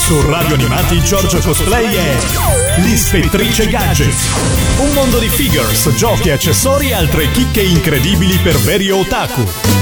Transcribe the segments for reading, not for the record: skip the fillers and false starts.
Su Radio Animati Giorgio Cosplay è l'Ispettrice Gadget. Un mondo di figures, giochi, accessori e altre chicche incredibili per veri otaku.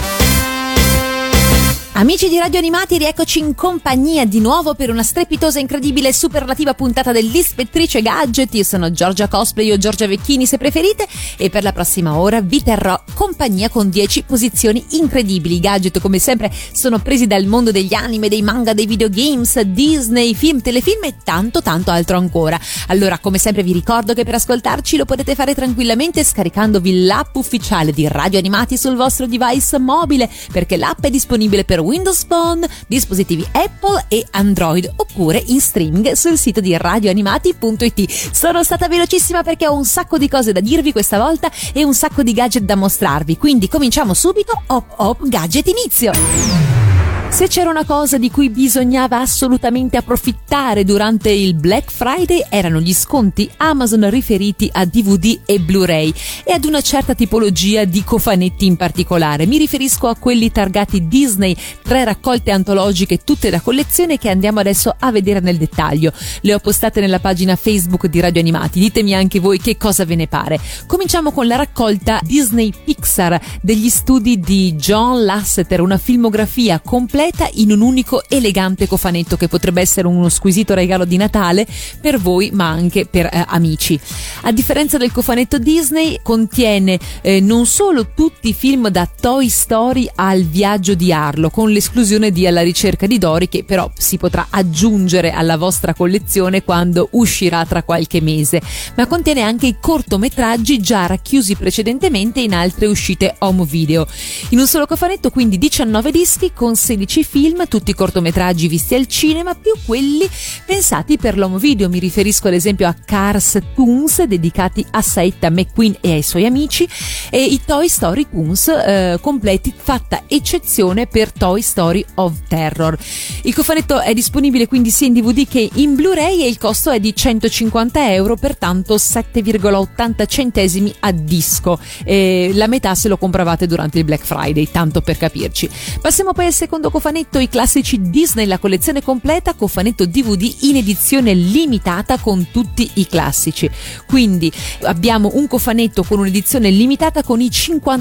Amici di Radio Animati, rieccoci in compagnia di nuovo per una strepitosa, incredibile e superlativa puntata dell'Ispettrice Gadget. Io sono Giorgia Cosplay o Giorgia Vecchini se preferite, e per la prossima ora vi terrò compagnia con 10 posizioni incredibili. I gadget, come sempre, sono presi dal mondo degli anime, dei manga, dei videogames, Disney, film, telefilm e tanto altro ancora. Allora, come sempre vi ricordo che per ascoltarci lo potete fare tranquillamente scaricandovi l'app ufficiale di Radio Animati sul vostro device mobile, perché l'app è disponibile per Windows Phone, dispositivi Apple e Android, oppure in streaming sul sito di radioanimati.it. Sono stata velocissima perché ho un sacco di cose da dirvi questa volta e un sacco di gadget da mostrarvi, quindi cominciamo subito. Hop gadget, inizio! Se c'era una cosa di cui bisognava assolutamente approfittare durante il Black Friday erano gli sconti Amazon riferiti a DVD e Blu-ray e ad una certa tipologia di cofanetti in particolare. Mi riferisco a quelli targati Disney, 3 raccolte antologiche tutte da collezione che andiamo adesso a vedere nel dettaglio. Le ho postate nella pagina Facebook di Radio Animati, ditemi anche voi che cosa ve ne pare. Cominciamo con la raccolta Disney Pixar degli studi di John Lasseter, una filmografia completa in un unico elegante cofanetto che potrebbe essere uno squisito regalo di Natale per voi ma anche per amici. A differenza del cofanetto Disney contiene non solo tutti i film da Toy Story al Viaggio di Arlo, con l'esclusione di Alla ricerca di Dory, che però si potrà aggiungere alla vostra collezione quando uscirà tra qualche mese, ma contiene anche i cortometraggi già racchiusi precedentemente in altre uscite home video. In un solo cofanetto quindi 19 dischi con 16 film, tutti cortometraggi visti al cinema più quelli pensati per l'home video. Mi riferisco ad esempio a Cars Toons dedicati a Saetta McQueen e ai suoi amici, e i Toy Story Toons completi, fatta eccezione per Toy Story of Terror. Il cofanetto è disponibile quindi sia in DVD che in Blu-ray e il costo è di €150, pertanto 7,80 centesimi a disco. La metà se lo compravate durante il Black Friday, tanto per capirci. Passiamo poi al secondo cofanetto, i classici Disney, la collezione completa, cofanetto DVD in edizione limitata con tutti i classici. Quindi abbiamo un cofanetto con un'edizione limitata con i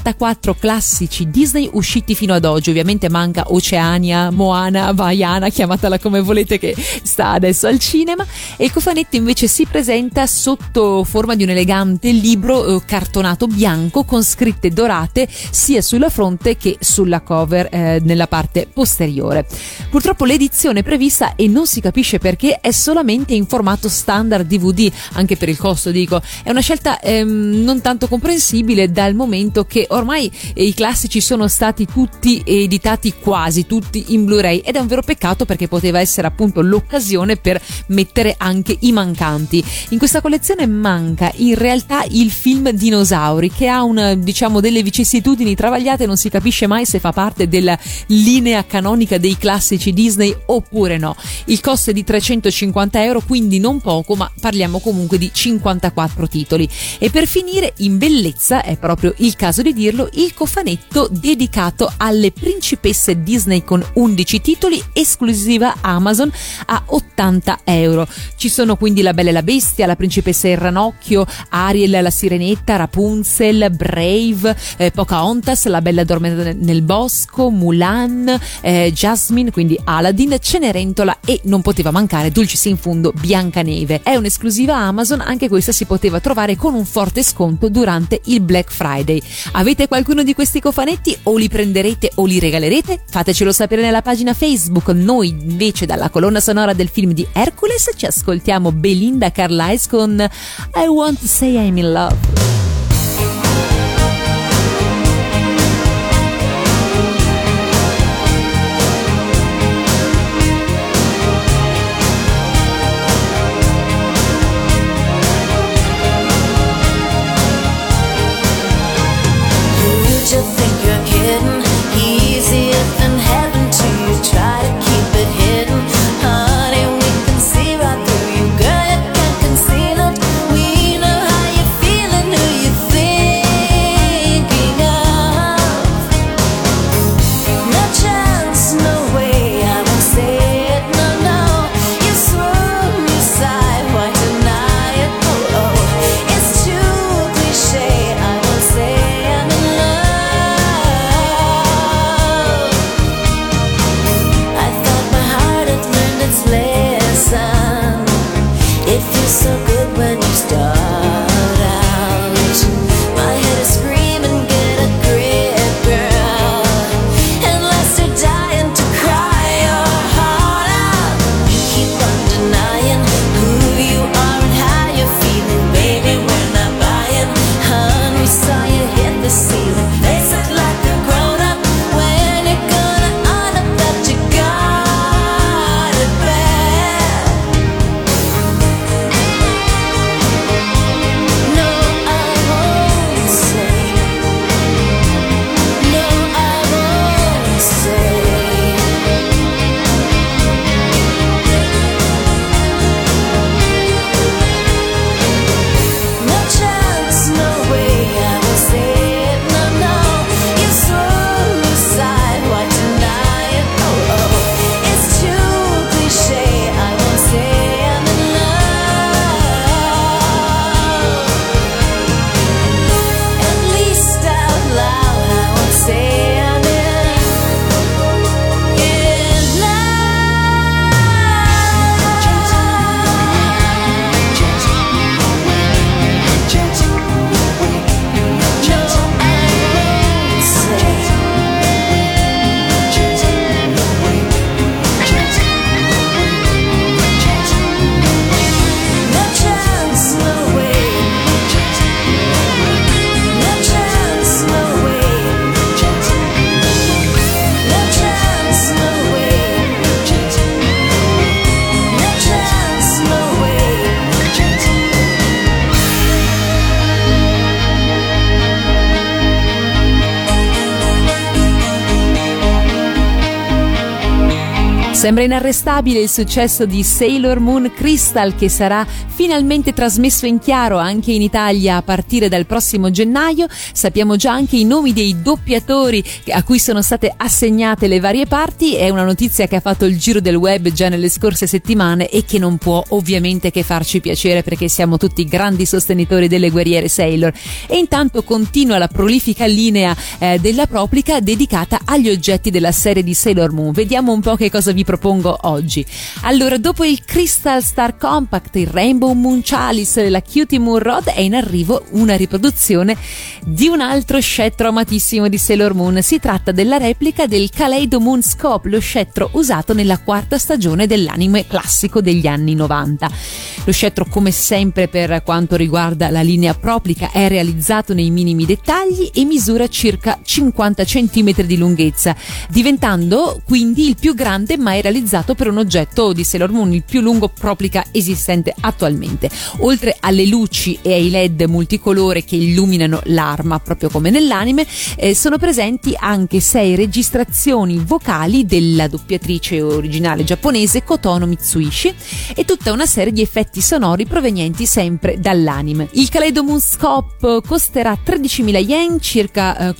54 classici Disney usciti fino ad oggi. Ovviamente manca Oceania, Moana, Vaiana, chiamatela come volete, che sta adesso al cinema, e il cofanetto invece si presenta sotto forma di un elegante libro cartonato bianco con scritte dorate sia sulla fronte che sulla cover nella parte posteriore. Purtroppo l'edizione prevista, e non si capisce perché, è solamente in formato standard DVD, anche per il costo dico. È una scelta non tanto comprensibile, dal momento che ormai i classici sono stati tutti editati, quasi tutti, in Blu-ray, ed è un vero peccato perché poteva essere appunto l'occasione per mettere anche i mancanti. In questa collezione manca in realtà il film Dinosauri, che ha delle vicissitudini travagliate, non si capisce mai se fa parte della linea canonica dei classici Disney oppure no. Il costo è di €350, quindi non poco, ma parliamo comunque di 54 titoli. E per finire, in bellezza, è proprio il caso di dirlo, il cofanetto dedicato alle principesse Disney con 11 titoli, esclusiva Amazon, a €80. Ci sono quindi La Bella e la Bestia, La Principessa e il Ranocchio, Ariel, La Sirenetta, Rapunzel, Brave, Pocahontas, La Bella Addormentata nel Bosco, Mulan, Jasmine, quindi Aladdin, Cenerentola e non poteva mancare, dulcis in fundo, Biancaneve. È un'esclusiva Amazon, anche questa si poteva trovare con un forte sconto durante il Black Friday. Avete qualcuno di questi cofanetti, o li prenderete o li regalerete? Fatecelo sapere nella pagina Facebook. Noi invece, dalla colonna sonora del film di Hercules, ci ascoltiamo Belinda Carlisle con I Want to Say I'm in Love. Honey, we can see right through you, girl, you can't conceal it. We know how you're feeling, who you Sembra inarrestabile il successo di Sailor Moon Crystal, che sarà finalmente trasmesso in chiaro anche in Italia a partire dal prossimo gennaio. Sappiamo già anche i nomi dei doppiatori a cui sono state assegnate le varie parti. È una notizia che ha fatto il giro del web già nelle scorse settimane e che non può ovviamente che farci piacere, perché siamo tutti grandi sostenitori delle guerriere Sailor. E intanto continua la prolifica linea della Proplica dedicata agli oggetti della serie di Sailor Moon. Vediamo un po' che cosa vi propongo oggi. Allora, dopo il Crystal Star Compact, il Rainbow Moon Chalice e la Cutie Moon Rod, è in arrivo una riproduzione di un altro scettro amatissimo di Sailor Moon. Si tratta della replica del Kaleido Moon Scope, lo scettro usato nella quarta stagione dell'anime classico degli anni 90. Lo scettro, come sempre per quanto riguarda la linea Proplica, è realizzato nei minimi dettagli e misura circa 50 cm di lunghezza, diventando quindi il più grande mai realizzato per un oggetto di Sailor Moon, il più lungo Proplica esistente attualmente. Oltre alle luci e ai LED multicolore che illuminano l'arma proprio come nell'anime, sono presenti anche 6 registrazioni vocali della doppiatrice originale giapponese Kotono Mitsuishi e tutta una serie di effetti sonori provenienti sempre dall'anime. Il Kaleido Moon Scope costerà 13.000 yen, circa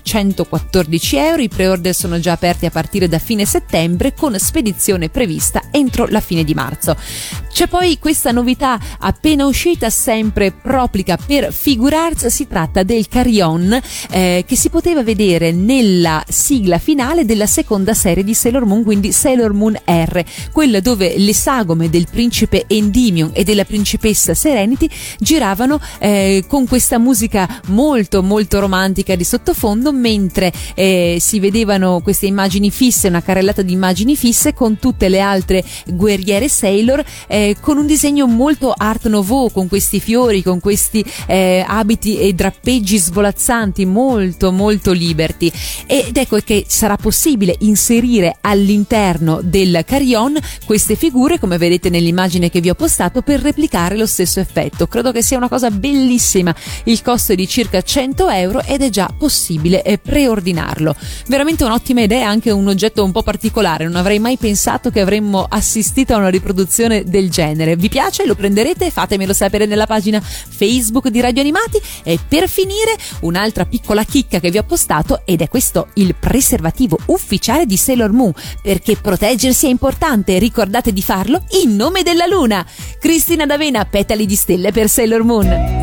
114 euro. I pre-order sono già aperti a partire da fine settembre, con spedizione prevista entro la fine di marzo. C'è poi questa novità appena uscita, sempre Proplica per Figure-Arts. Si tratta del Carry-On che si poteva vedere nella sigla finale della seconda serie di Sailor Moon, quindi Sailor Moon R, quella dove le sagome del principe Endymion e della principessa Serenity giravano con questa musica molto molto romantica di sottofondo, mentre si vedevano queste immagini fisse, una carrellata di immagini fisse con tutte le altre guerriere Sailor, con un disegno molto Art Nouveau, con questi fiori, con questi abiti e drappeggi svolazzanti, molto molto liberty. Ed ecco che sarà possibile inserire all'interno del Carry-On queste figure, come vedete nell'immagine che vi ho postato, per replicare lo stesso effetto. Credo che sia una cosa bellissima. Il costo è di circa 100 euro ed è già possibile preordinarlo. Veramente un'ottima idea, anche un oggetto un po' particolare. Non avrei mai pensato che avremmo assistito a una riproduzione del genere. Vi piace? Lo prenderete? Fatemelo sapere nella pagina Facebook di Radio Animati. E per finire, un'altra piccola chicca che vi ho postato, ed è questo il preservativo ufficiale di Sailor Moon, perché proteggersi è importante, ricordate di farlo in nome della luna. Cristina D'Avena, petali di stelle per Sailor Moon.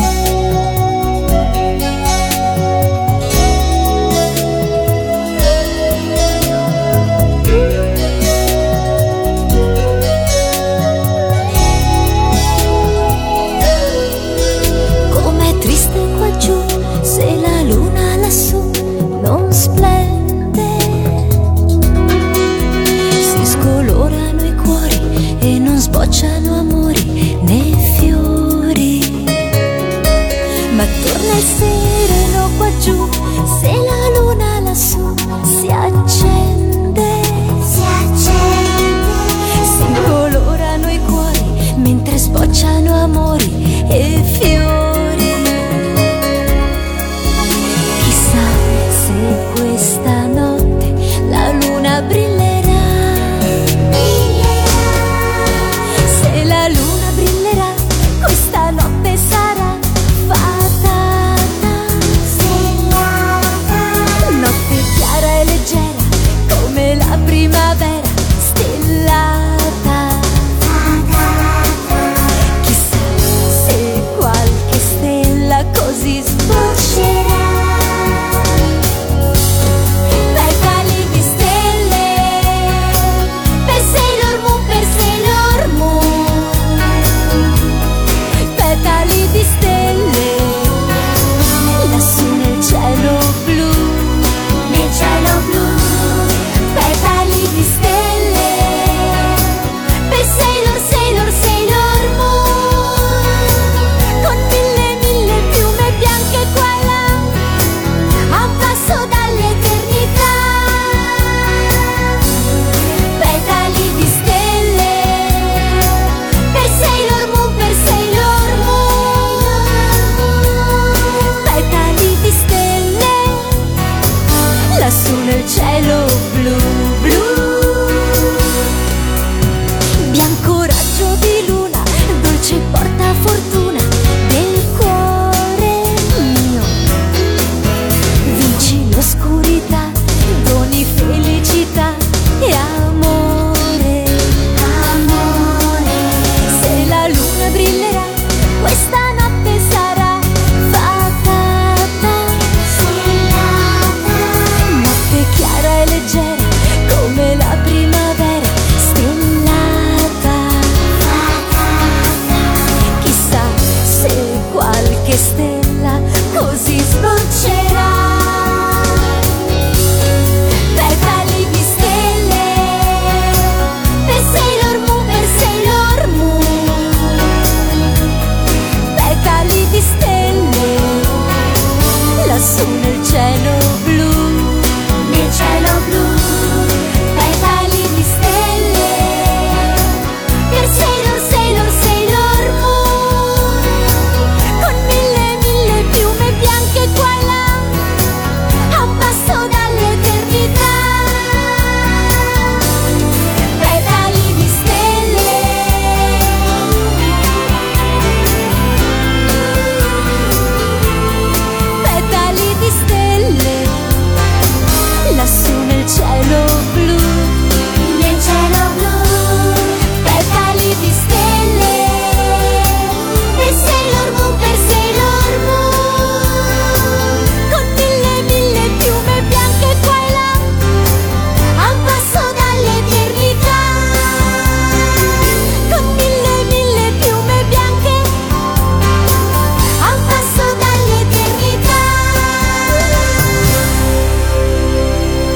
Se la luna lassù non splende, si scolorano i cuori e non sbocciano amori né fiori.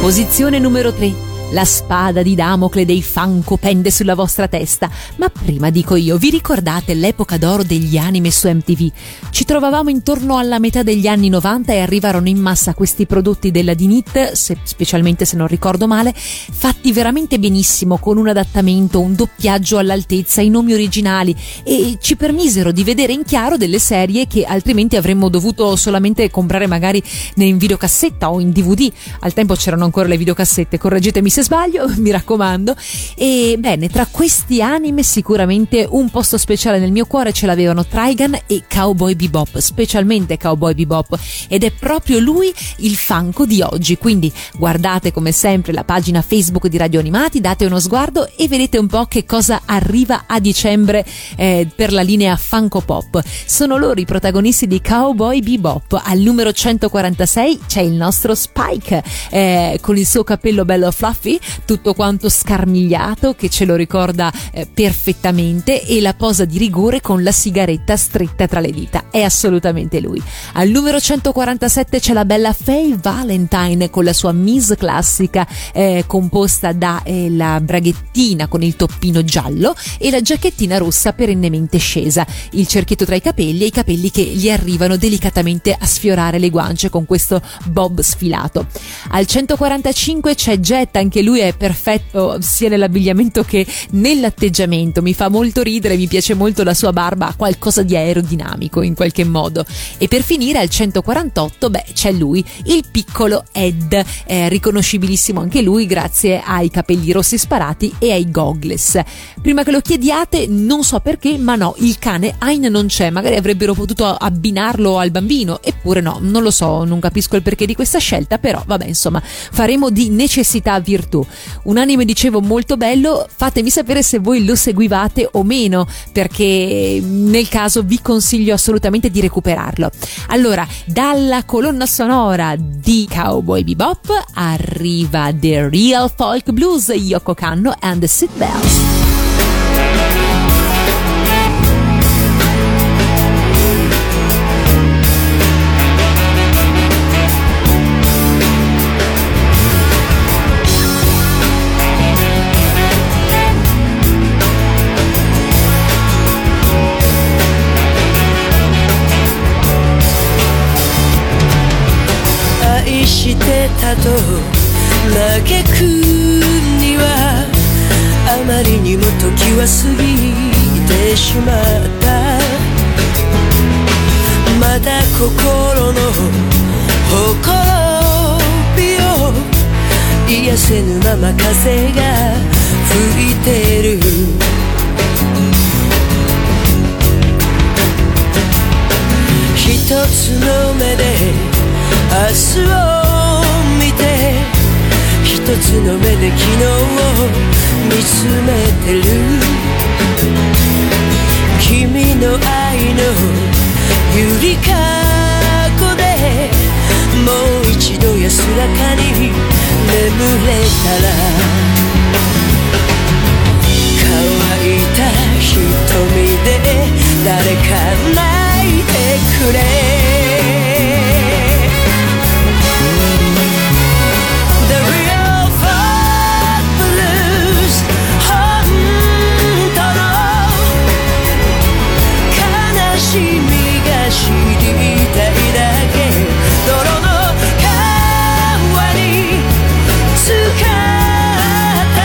Posizione numero 3. La spada di Damocle dei Funko pende sulla vostra testa. Ma prima dico io, vi ricordate l'epoca d'oro degli anime su MTV? Ci trovavamo intorno alla metà degli anni 90 e arrivarono in massa questi prodotti della Dinit, specialmente se non ricordo male, fatti veramente benissimo, con un adattamento, un doppiaggio all'altezza, i nomi originali, e ci permisero di vedere in chiaro delle serie che altrimenti avremmo dovuto solamente comprare magari in videocassetta o in DVD. Al tempo c'erano ancora le videocassette, correggetemi se sbaglio, mi raccomando. E bene, tra questi anime sicuramente un posto speciale nel mio cuore ce l'avevano Trigun e Cowboy Bebop, specialmente Cowboy Bebop, ed è proprio lui il Funko di oggi. Quindi guardate come sempre la pagina Facebook di Radio Animati, date uno sguardo e vedete un po' che cosa arriva a dicembre per la linea Funko Pop. Sono loro i protagonisti di Cowboy Bebop. Al numero 146 c'è il nostro Spike con il suo capello bello fluffy, tutto quanto scarmigliato, che ce lo ricorda perfettamente, e la posa di rigore con la sigaretta stretta tra le dita. È assolutamente lui. Al numero 147 c'è la bella Faye Valentine con la sua Miss classica composta da la braghettina con il toppino giallo e la giacchettina rossa perennemente scesa, il cerchietto tra i capelli e i capelli che gli arrivano delicatamente a sfiorare le guance con questo bob sfilato. Al 145 c'è Jet, anche lui è perfetto sia nell'abbigliamento che nell'atteggiamento, mi fa molto ridere, mi piace molto la sua barba, ha qualcosa di aerodinamico in qualche modo. E per finire al 148 c'è lui, il piccolo Ed, riconoscibilissimo anche lui grazie ai capelli rossi sparati e ai goggles. Prima che lo chiediate, non so perché, ma no, il cane Hein non c'è, magari avrebbero potuto abbinarlo al bambino, eppure no, non lo so, non capisco il perché di questa scelta, però vabbè, insomma, faremo di necessità virtù. Un anime, dicevo, molto bello, fatemi sapere se voi lo seguivate o meno, perché nel caso vi consiglio assolutamente di recuperarlo. Allora, dalla colonna sonora di Cowboy Bebop arriva The Real Folk Blues, Yoko Kanno and the Seat Bells. してたと嘆くにはあまりにも時は過ぎてしまった。まだ心のほころびを癒せぬまま風が吹いてる。一つの目で明日を見て一つの目で昨日を見つめてる。君の愛のゆりかごでもう一度安らかに眠れたら乾いた瞳で誰か泣いてくれ。知りたいだけ泥の川に浸かった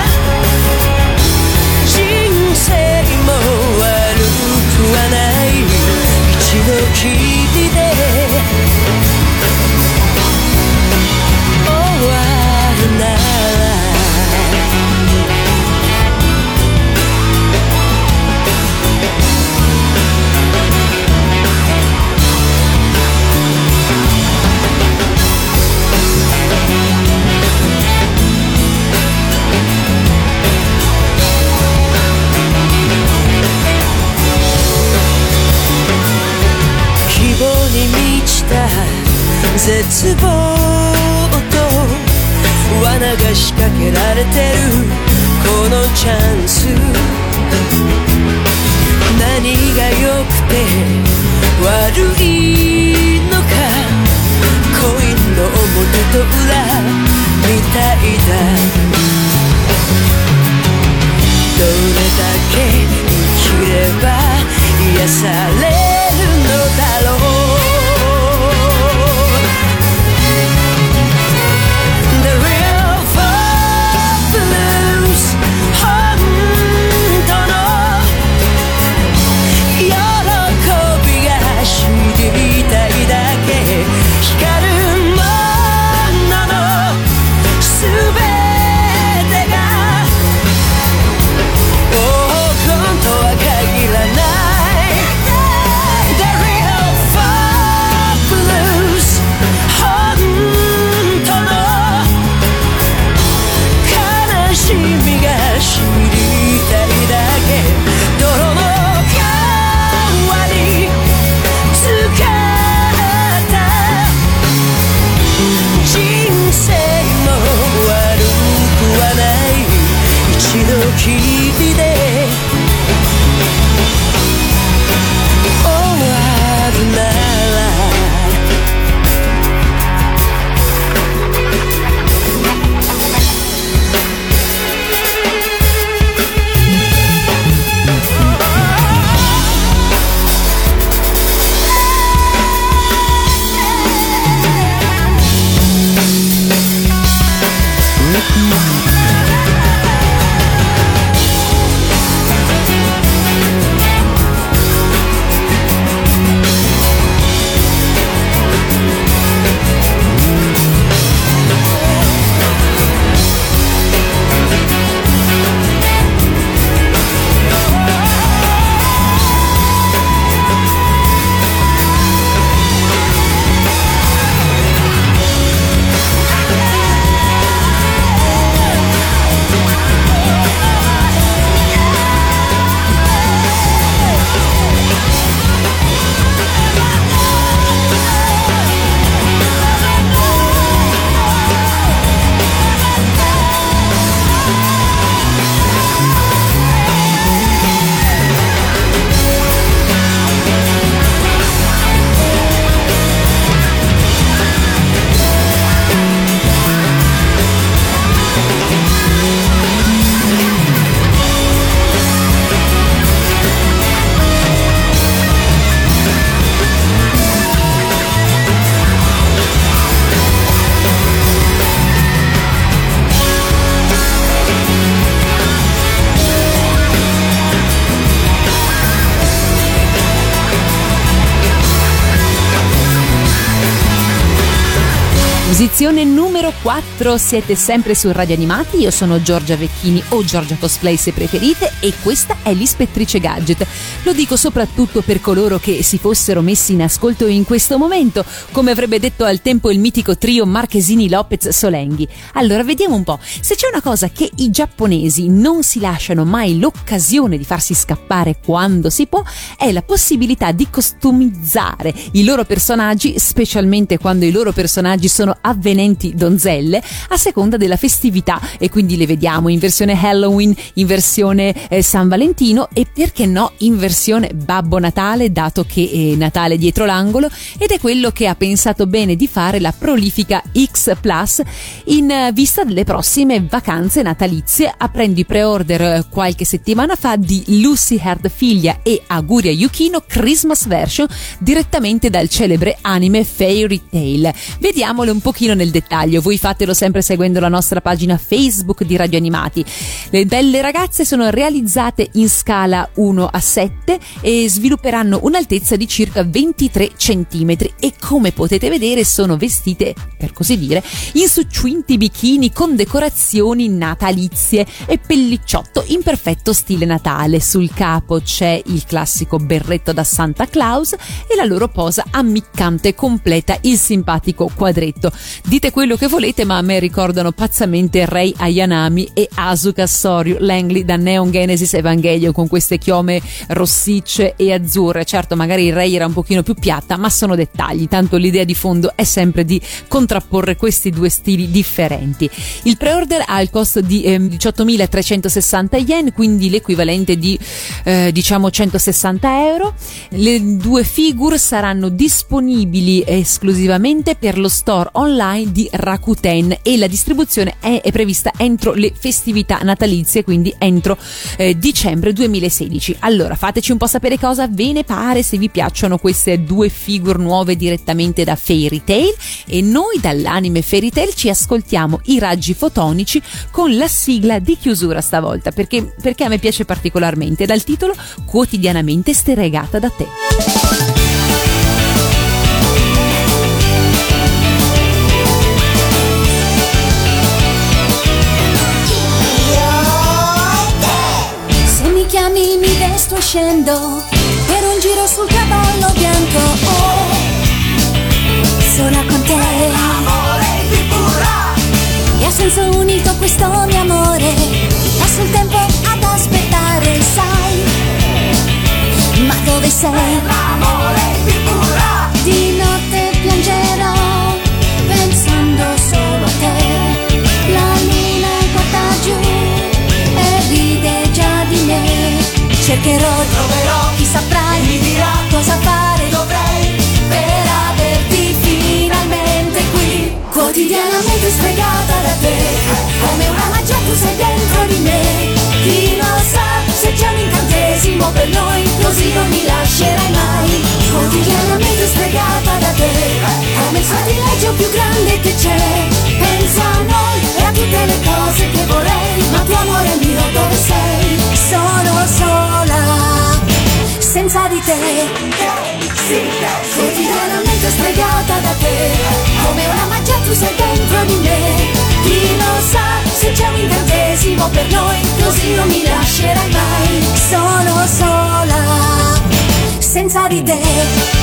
人生も悪くはない一度きりで終わるなら絶望と罠が仕掛けられてるこのチャンス。何が良くて悪いのかコインの表と裏見で終わるなら Posizione numero 4, siete sempre su Radio Animati, io sono Giorgia Vecchini o Giorgia Cosplay se preferite e questa è l'Ispettrice Gadget. Lo dico soprattutto per coloro che si fossero messi in ascolto in questo momento, come avrebbe detto al tempo il mitico trio Marchesini Lopez Solenghi. Allora vediamo un po', se c'è una cosa che i giapponesi non si lasciano mai l'occasione di farsi scappare quando si può, è la possibilità di costumizzare i loro personaggi, specialmente quando i loro personaggi sono avvenenti donzelle, a seconda della festività, e quindi le vediamo in versione Halloween, in versione San Valentino e perché no in versione Babbo Natale, dato che è Natale dietro l'angolo, ed è quello che ha pensato bene di fare la prolifica X Plus in vista delle prossime vacanze natalizie, aprendo i pre-order qualche settimana fa di Lucy Herd Figlia e Aguria Yukino Christmas Version direttamente dal celebre anime Fairy Tail. Vediamole un pochino nel dettaglio, voi fatelo sempre seguendo la nostra pagina Facebook di Radio Animati. Le belle ragazze sono realizzate in scala 1:7 e svilupperanno un'altezza di circa 23 cm e come potete vedere sono vestite, per così dire, in succinti bikini con decorazioni natalizie e pellicciotto in perfetto stile Natale. Sul capo c'è il classico berretto da Santa Claus e la loro posa ammiccante completa il simpatico quadretto. Dite quello che volete, ma a me ricordano pazzamente Rei Ayanami e Asuka Soryu Langley da Neon Genesis Evangelion, con queste chiome rossicce e azzurre. Certo, magari Rei era un pochino più piatta, ma sono dettagli, tanto l'idea di fondo è sempre di contrapporre questi due stili differenti. Il pre-order ha il costo di 18.360 yen, quindi l'equivalente di diciamo 160 euro. Le due figure saranno disponibili esclusivamente per lo store online di Rakuten e la distribuzione è prevista entro le festività natalizie, quindi entro dicembre 2016. Allora fateci un po' sapere cosa ve ne pare, se vi piacciono queste due figure nuove direttamente da Fairy Tail, e noi dall'anime Fairy Tail ci ascoltiamo i raggi fotonici con la sigla di chiusura stavolta, perché a me piace particolarmente, dal titolo Quotidianamente stregata da te. Chiami, mi vesto e scendo per un giro sul cavallo bianco, sola con te. E a senso unito questo mio amore, passo il tempo ad aspettare, sai, ma dove sei? Di notte piangerò pensando solo a te, la luna guarda giù e ride già cercherò, troverò chi saprai, mi dirà cosa fare dovrei per averti finalmente qui. Quotidianamente stregata da te, come una magia tu sei dentro di me. Chi lo sa se c'è un incantesimo per noi, così non mi lascerai mai. Quotidianamente stregata da te, come il sortileggio più grande che c'è. Penso a noi e a tutte le cose che vorrei, ma tuo amore mio dove sei? Sono sola senza di te. Quotidianamente stregata da te, come una magia tu sei dentro di me. Chi lo sa se c'è un incantesimo per noi, così non mi lascerai mai. Sono sola senza di te.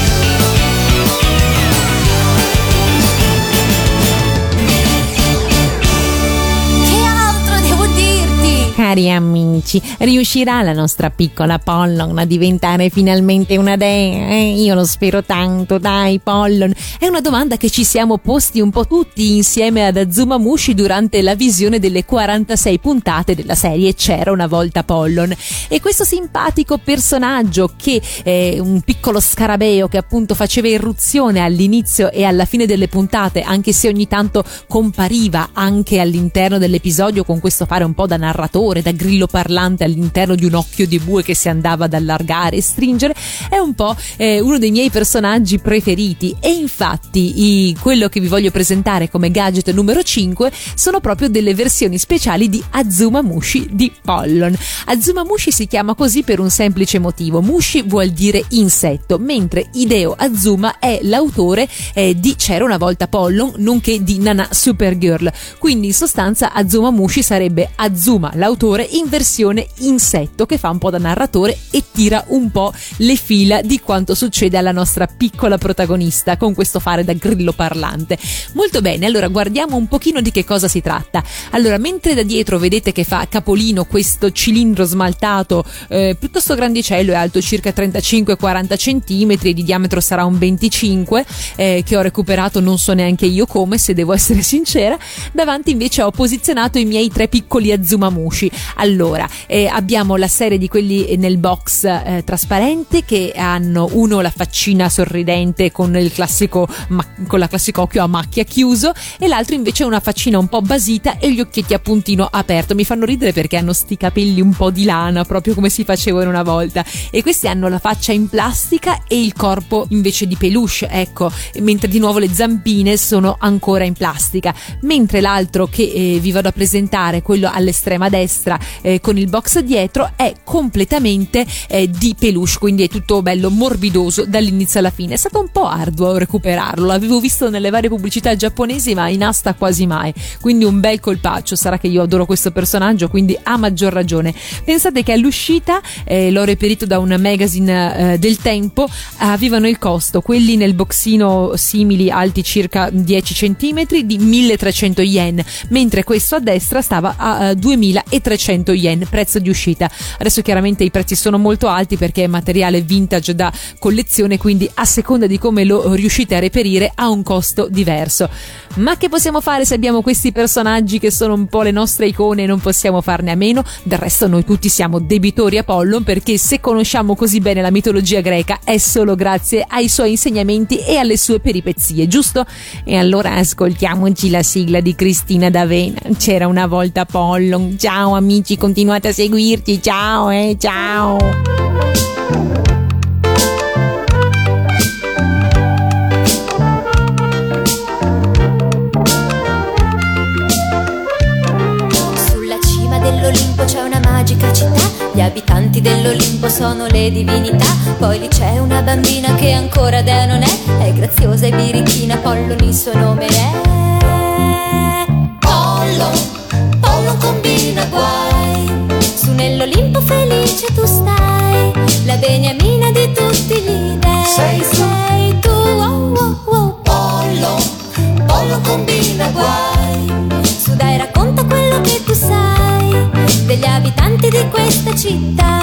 Cari amici, riuscirà la nostra piccola Pollon a diventare finalmente una dea? Io lo spero tanto, dai Pollon. È una domanda che ci siamo posti un po' tutti insieme ad Azumamushi durante la visione delle 46 puntate della serie C'era una volta Pollon. E questo simpatico personaggio che è un piccolo scarabeo che appunto faceva irruzione all'inizio e alla fine delle puntate, anche se ogni tanto compariva anche all'interno dell'episodio con questo fare un po' da narratore, da grillo parlante all'interno di un occhio di bue che si andava ad allargare e stringere, è un po' uno dei miei personaggi preferiti. E infatti quello che vi voglio presentare come gadget numero 5 sono proprio delle versioni speciali di Azumamushi di Pollon. Azumamushi si chiama così per un semplice motivo: Mushi vuol dire insetto, mentre Hideo Azuma è l'autore di C'era una volta Pollon, nonché di Nana Supergirl. Quindi in sostanza Azumamushi sarebbe Azuma, l'autore, in versione insetto, che fa un po' da narratore e tira un po' le fila di quanto succede alla nostra piccola protagonista con questo fare da grillo parlante. Molto bene, allora guardiamo un pochino di che cosa si tratta. Allora, mentre da dietro vedete che fa capolino questo cilindro smaltato piuttosto grandicello, è alto circa 35-40 centimetri, di diametro sarà un 25, che ho recuperato non so neanche io come, se devo essere sincera. Davanti invece ho posizionato i miei 3 piccoli Azumamushi. Allora, abbiamo la serie di quelli nel box trasparente, che hanno uno la faccina sorridente con il classico con la classico occhio a macchia chiuso, e l'altro invece una faccina un po' basita e gli occhietti a puntino aperto. Mi fanno ridere perché hanno sti capelli un po' di lana, proprio come si facevano una volta, e questi hanno la faccia in plastica e il corpo invece di peluche, ecco, mentre di nuovo le zampine sono ancora in plastica. Mentre l'altro che vi vado a presentare, quello all'estrema destra con il box dietro, è completamente di peluche, quindi è tutto bello morbidoso dall'inizio alla fine. È stato un po' arduo recuperarlo, l'avevo visto nelle varie pubblicità giapponesi ma in asta quasi mai, quindi un bel colpaccio. Sarà che io adoro questo personaggio, quindi a maggior ragione. Pensate che all'uscita l'ho reperito da un magazine del tempo, avevano il costo, quelli nel boxino simili alti circa 10 centimetri, di 1300 yen, mentre questo a destra stava a 2300 yen, prezzo di uscita. Adesso chiaramente i prezzi sono molto alti perché è materiale vintage da collezione, quindi a seconda di come lo riuscite a reperire ha un costo diverso. Ma che possiamo fare se abbiamo questi personaggi che sono un po' le nostre icone e non possiamo farne a meno? Del resto noi tutti siamo debitori a Pollon, perché se conosciamo così bene la mitologia greca è solo grazie ai suoi insegnamenti e alle sue peripezie, giusto? E allora ascoltiamoci la sigla di Cristina D'Avena. C'era una volta Pollon. Ciao amici, continuate a seguirci, ciao ciao. Sulla cima dell'Olimpo c'è una magica città, gli abitanti dell'Olimpo sono le divinità. Poi lì c'è una bambina che ancora dea non è graziosa e birichina, Pollon il suo nome è. Pollon combina guai, su nell'Olimpo felice tu stai, la beniamina di tutti gli dei. Sei tu, oh, oh, oh. Pollon combina guai, su dai racconta quello che tu sai degli abitanti di questa città.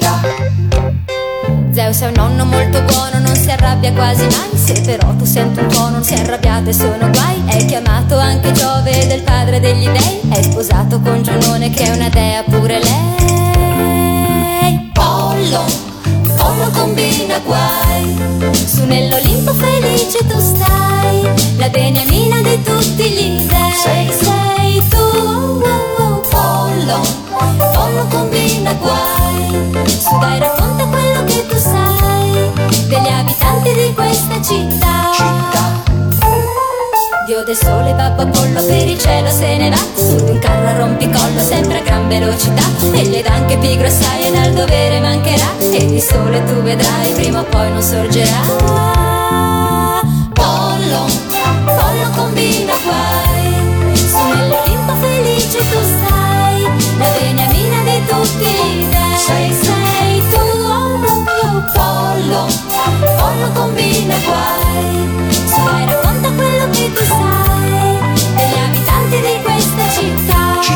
Zeus è un nonno molto buono, non si arrabbia quasi mai. Se però tu senti un tuono, non si è arrabbiato e sono guai. È chiamato anche Giove, del padre degli dei. È sposato con Giunone che è una dea pure lei. Pollon combina guai. Su dai, racconta quello che tu sai degli abitanti di questa città. Dio del sole, babbo Apollo, per il cielo se ne va su di un carro a rompicollo, sempre a gran velocità. E gli dà anche pigro assai e dal dovere mancherà. E di sole tu vedrai, prima o poi non sorgerà. Pollo, pollo combina guai. Su nell'Olimpo felice tu stai, la beniamina di tutti gli dei. Sei tu, pollo, pollo combina guai. Su dai, racconta quello che tu sai degli abitanti di questa città.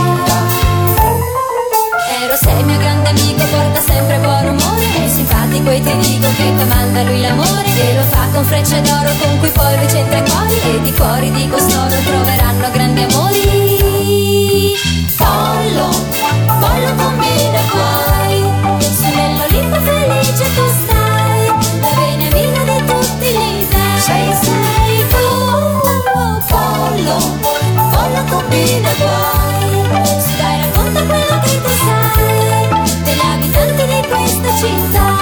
Ero sei mio grande amico, porta sempre buon umore, è simpatico e ti dico che comanda lui l'amore. E lo fa con frecce d'oro con cui poi lui c'entra i cuori, e di cuori di costoro troveranno grandi amori. Pollo, pollo combina guai. Su nell'Olimpo felice tu stai, la beniamina di tutti gli dei. Sei tu, pollo, pollo combina guai. Su dai, racconta quello che tu sai degli abitanti di questa città.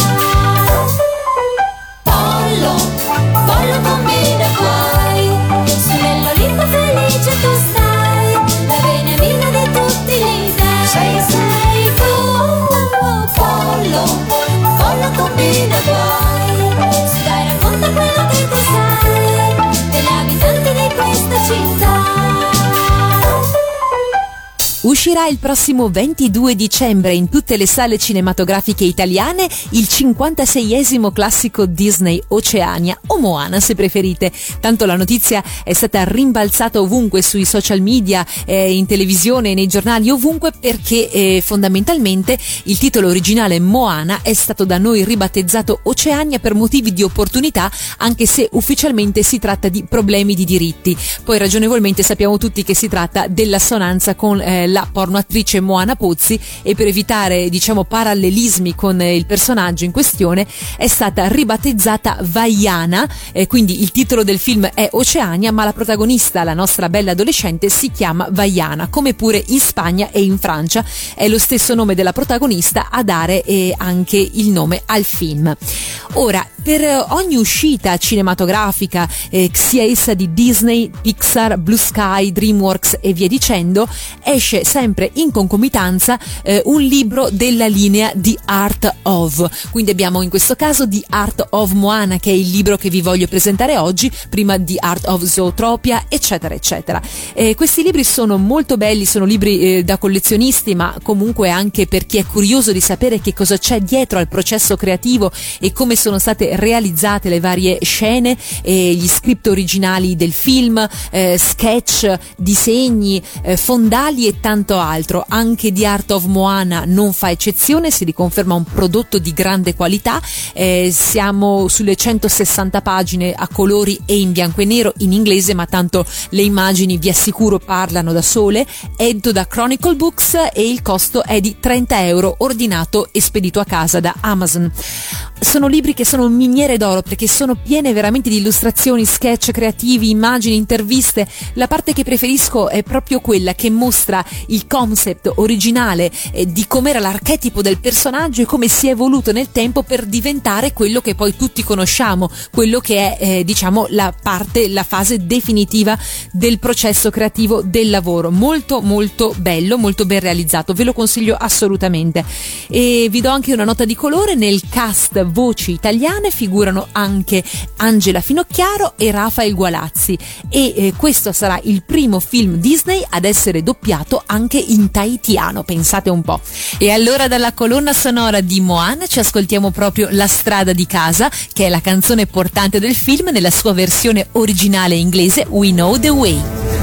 Pollo, pollo combina guai. Su nell'Olimpo felice tu stai, la beniamina di tutti gli dei. Sei tu, pollo, pollo combina guai. Su dai, racconta quello che tu sai degli abitanti di questa città. Uscirà il prossimo 22 dicembre in tutte le sale cinematografiche italiane il 56esimo classico Disney Oceania, o Moana se preferite. Tanto la notizia è stata rimbalzata ovunque sui social media, in televisione, nei giornali, ovunque, perché fondamentalmente il titolo originale Moana è stato da noi ribattezzato Oceania per motivi di opportunità, anche se ufficialmente si tratta di problemi di diritti. Poi ragionevolmente sappiamo tutti che si tratta dell'assonanza con la pornoattrice Moana Pozzi, e per evitare, diciamo, parallelismi con il personaggio in questione è stata ribattezzata Vaiana, quindi il titolo del film è Oceania, ma la protagonista, la nostra bella adolescente, si chiama Vaiana, come pure in Spagna e in Francia è lo stesso nome della protagonista a dare anche il nome al film. Ora, per ogni uscita cinematografica, sia essa di Disney, Pixar, Blue Sky, DreamWorks e via dicendo, esce sempre in concomitanza un libro della linea The Art of. Quindi abbiamo in questo caso The Art of Moana, che è il libro che vi voglio presentare oggi, prima The Art of Zootropia, eccetera eccetera. Questi libri sono molto belli, sono libri da collezionisti, ma comunque anche per chi è curioso di sapere che cosa c'è dietro al processo creativo e come sono state realizzate le varie scene, gli script originali del film, sketch, disegni, fondali e tanto altro. Anche The Art of Moana non fa eccezione, si riconferma un prodotto di grande qualità. Siamo sulle 160 pagine a colori e in bianco e nero, in inglese, ma tanto le immagini vi assicuro parlano da sole. È edito da Chronicle Books e il costo è di €30 ordinato e spedito a casa da Amazon. Sono libri che sono miniere d'oro perché sono piene veramente di illustrazioni, sketch creativi, immagini, interviste. La parte che preferisco è proprio quella che mostra il concept originale di com'era l'archetipo del personaggio e come si è evoluto nel tempo per diventare quello che poi tutti conosciamo, quello che è diciamo la fase definitiva del processo creativo del lavoro. Molto molto bello, molto ben realizzato, ve lo consiglio assolutamente. E vi do anche una nota di colore: nel cast voci italiane figurano anche Angela Finocchiaro e Rafael Gualazzi, e questo sarà il primo film Disney ad essere doppiato anche in tahitiano, pensate un po'. E allora dalla colonna sonora di Moana ci ascoltiamo proprio La strada di casa, che è la canzone portante del film nella sua versione originale inglese We Know the Way.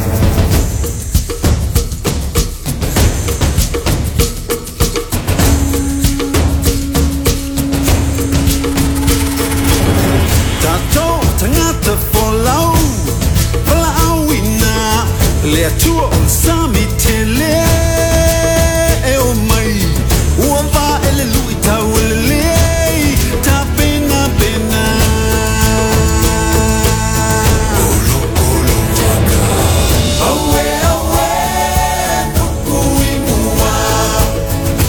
Le tuo sami tele e o mai uova ele lui ta wele ta pena pena olo awe awe kui mua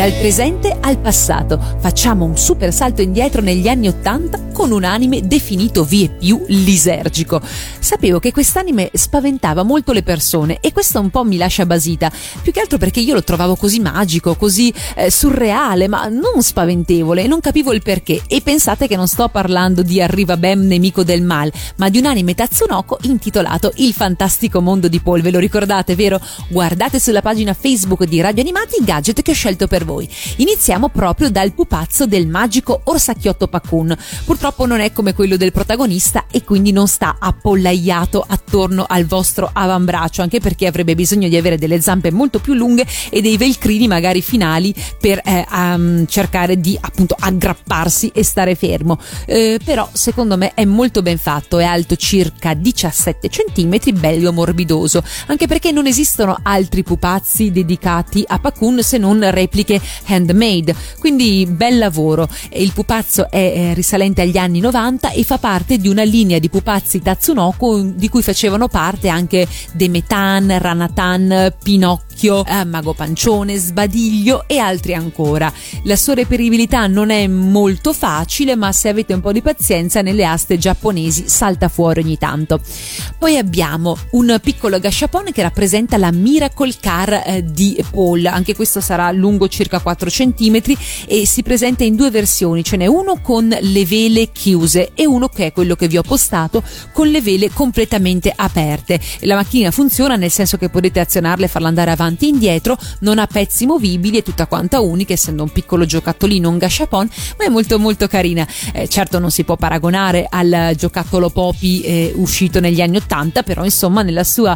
Dal presente al passato, facciamo un super salto indietro negli anni '80 con un anime definito vie più lisergico. Sapevo che quest'anime spaventava molto le persone e questo un po' mi lascia basita, più che altro perché io lo trovavo così magico, così surreale, ma non spaventevole, e non capivo il perché. E pensate che non sto parlando di Arriva Bam, nemico del mal, ma di un anime Tatsunoko intitolato Il fantastico mondo di Paul. Ve lo ricordate, vero? Guardate sulla pagina Facebook di Radio Animati i gadget che ho scelto per voi. Iniziamo proprio dal pupazzo del magico orsacchiotto Pakun. Purtroppo non è come quello del protagonista e quindi non sta appollaiato attorno al vostro avambraccio, anche perché avrebbe bisogno di avere delle zampe molto più lunghe e dei velcrini magari finali per cercare di appunto aggrapparsi e stare fermo. Però secondo me è molto ben fatto, è alto circa 17 cm, bello morbidoso, anche perché non esistono altri pupazzi dedicati a Pakun se non repliche handmade, quindi bel lavoro. Il pupazzo è risalente agli anni 90 e fa parte di una linea di pupazzi Tatsunoko di cui facevano parte anche Demetan, Ranatan, Pinocchio, Mago Pancione, Sbadiglio e altri ancora. La sua reperibilità non è molto facile, ma se avete un po' di pazienza nelle aste giapponesi salta fuori ogni tanto. Poi abbiamo un piccolo gashapon che rappresenta la Miracle Car di Paul, anche questo sarà lungo circa 4 cm e si presenta in due versioni, ce n'è uno con le vele chiuse e uno che è quello che vi ho postato con le vele completamente aperte. La macchina funziona nel senso che potete azionarla e farla andare avanti e indietro, non ha pezzi movibili, è tutta quanta unica, essendo un piccolo giocattolino, un gashapon, ma è molto molto carina. Certo non si può paragonare al giocattolo Poppy uscito negli anni '80, però insomma nella sua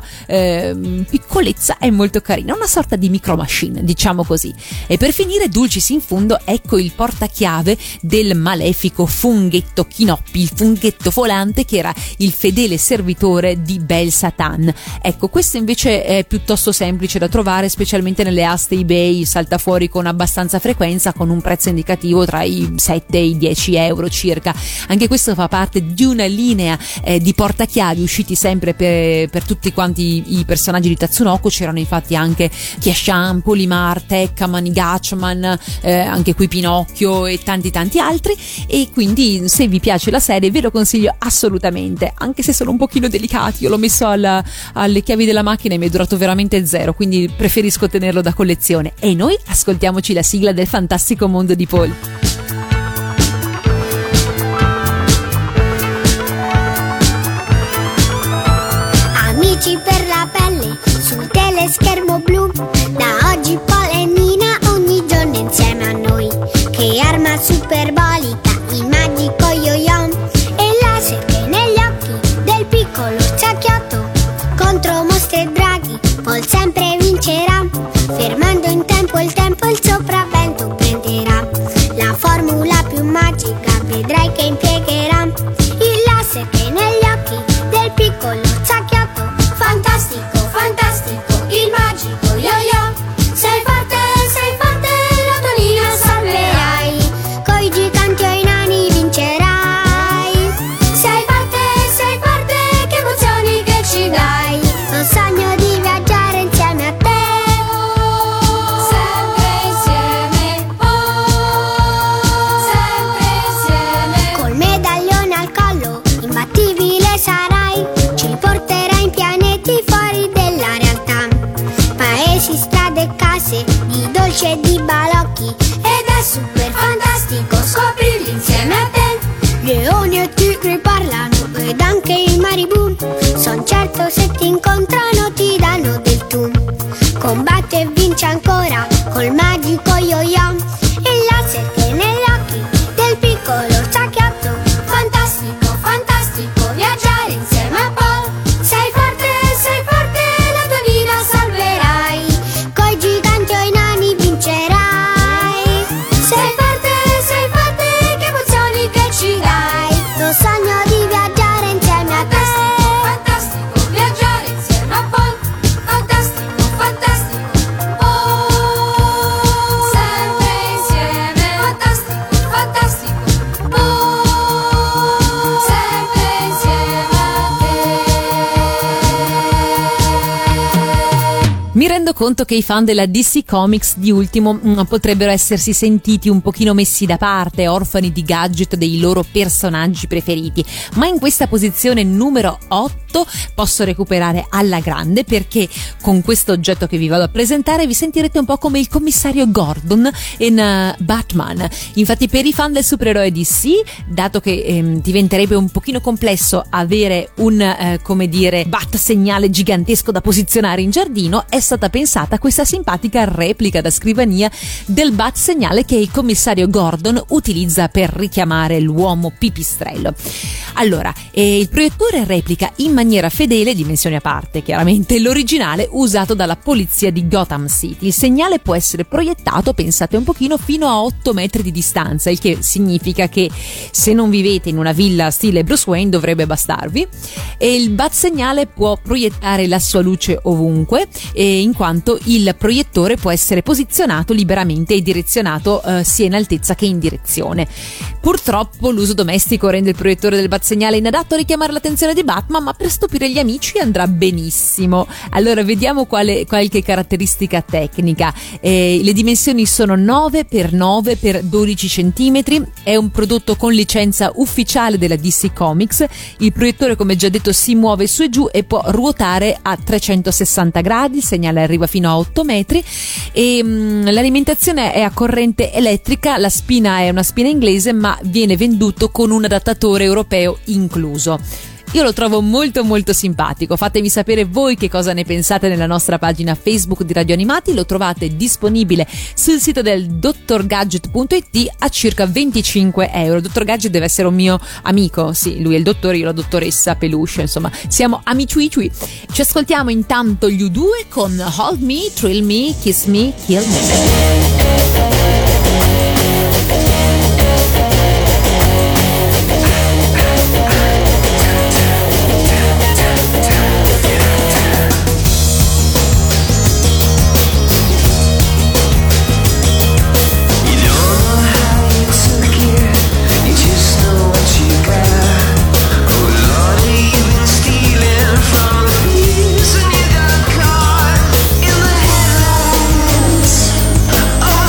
piccolezza è molto carina, una sorta di micro machine, diciamo così. E per finire, dulcis in fundo, ecco il portachiave del malefico funghetto Kinoppi, il funghetto volante che era il fedele servitore di Bel Satan. Ecco, questo invece è piuttosto semplice da trovare, specialmente nelle aste eBay, salta fuori con abbastanza frequenza, con un prezzo indicativo tra i 7 e i 10 euro circa. Anche questo fa parte di una linea di portachiavi usciti sempre per tutti quanti i personaggi di Tatsunoko. C'erano infatti anche Kiashan, Polimar, Tekkaman, Gatchaman, anche qui Pinocchio e tanti altri, e quindi se vi piace la serie ve lo consiglio assolutamente, anche se sono un pochino delicati. Io l'ho messo alle chiavi della macchina e mi è durato veramente zero, quindi preferisco tenerlo da collezione. E noi ascoltiamoci la sigla del fantastico mondo di Paul. Amici per la pelle sul teleschermo blu, da oggi Paul e Nina ogni giorno insieme a noi. Che arma superbolica, il magico yo-yo e laser che negli occhi del piccolo orzacchiotto. Contro mostri e draghi Paul sempre vincerà, fermando in tempo il sopravvento prenderà. La formula più magica vedrai che impiegherà, il laser che negli occhi del piccolo orzacchiotto. Fantastico, fantastico, il magico yo-yo. Sei forte, la tua linea salverai, coi giganti o i nani vincerai. Sei forte, che emozioni che ci dai. Ho sogno di viaggiare insieme a te. Sempre insieme, sempre insieme. Col medaglione al collo, imbattibile sarai. Ci porterai in pianeti fuori della realtà, paesi, strade e case, di dolci e di balocchi. Ed è super fantastico scoprirli insieme a te. Leoni e tigri parlano ed anche i maribù, son certo se ti incontrano ti danno del tu. Combatti e vinci ancora col magico yo-yo e il laser che negli occhi del piccolo orzacchiotto. Fantastico, fantastico viaggiare insieme a Paul. Sei forte, la tua linea salverai, coi giganti o i nani vincerai. Sei forte, che emozioni che ci dai. Lo sogno di viaggiare insieme a te. Fantastico, viaggiare insieme a Paul. Fantastico, oh, sempre insieme. Fantastico, oh. conto che i fan della DC Comics di ultimo potrebbero essersi sentiti un pochino messi da parte, orfani di gadget dei loro personaggi preferiti, ma in questa posizione numero 8 posso recuperare alla grande, perché con questo oggetto che vi vado a presentare vi sentirete un po' come il commissario Gordon in Batman. Infatti per i fan del supereroe DC, dato che diventerebbe un pochino complesso avere un come dire bat segnale gigantesco da posizionare in giardino, è stata pensata questa simpatica replica da scrivania del bat segnale che il commissario Gordon utilizza per richiamare l'uomo pipistrello. Allora, il proiettore replica in maniera fedele, dimensioni a parte chiaramente, l'originale usato dalla polizia di Gotham City. Il segnale può essere proiettato, pensate un pochino, fino a 8 metri di distanza, il che significa che se non vivete in una villa stile Bruce Wayne dovrebbe bastarvi. E il bat segnale può proiettare la sua luce ovunque, in quanto il proiettore può essere posizionato liberamente e direzionato sia in altezza che in direzione. Purtroppo l'uso domestico rende il proiettore del bat segnale inadatto a richiamare l'attenzione di Batman, ma per stupire gli amici andrà benissimo. Allora vediamo qualche caratteristica tecnica. Le dimensioni sono 9x9 x 12 cm, è un prodotto con licenza ufficiale della DC Comics. Il proiettore, come già detto, si muove su e giù e può ruotare a 360 gradi, il segnale arriva fino a 8 metri e l'alimentazione è a corrente elettrica, la spina è una spina inglese ma viene venduto con un adattatore europeo incluso. Io lo trovo molto molto simpatico. Fatemi sapere voi che cosa ne pensate nella nostra pagina Facebook di Radio Animati. Lo trovate disponibile sul sito del dottorgadget.it a circa 25 euro. Dottor Gadget deve essere un mio amico, sì, lui è il dottore, io la dottoressa Peluche, insomma siamo amici. Ci ascoltiamo intanto gli U2 con Hold Me, Thrill Me, Kiss Me, Kill Me. Oh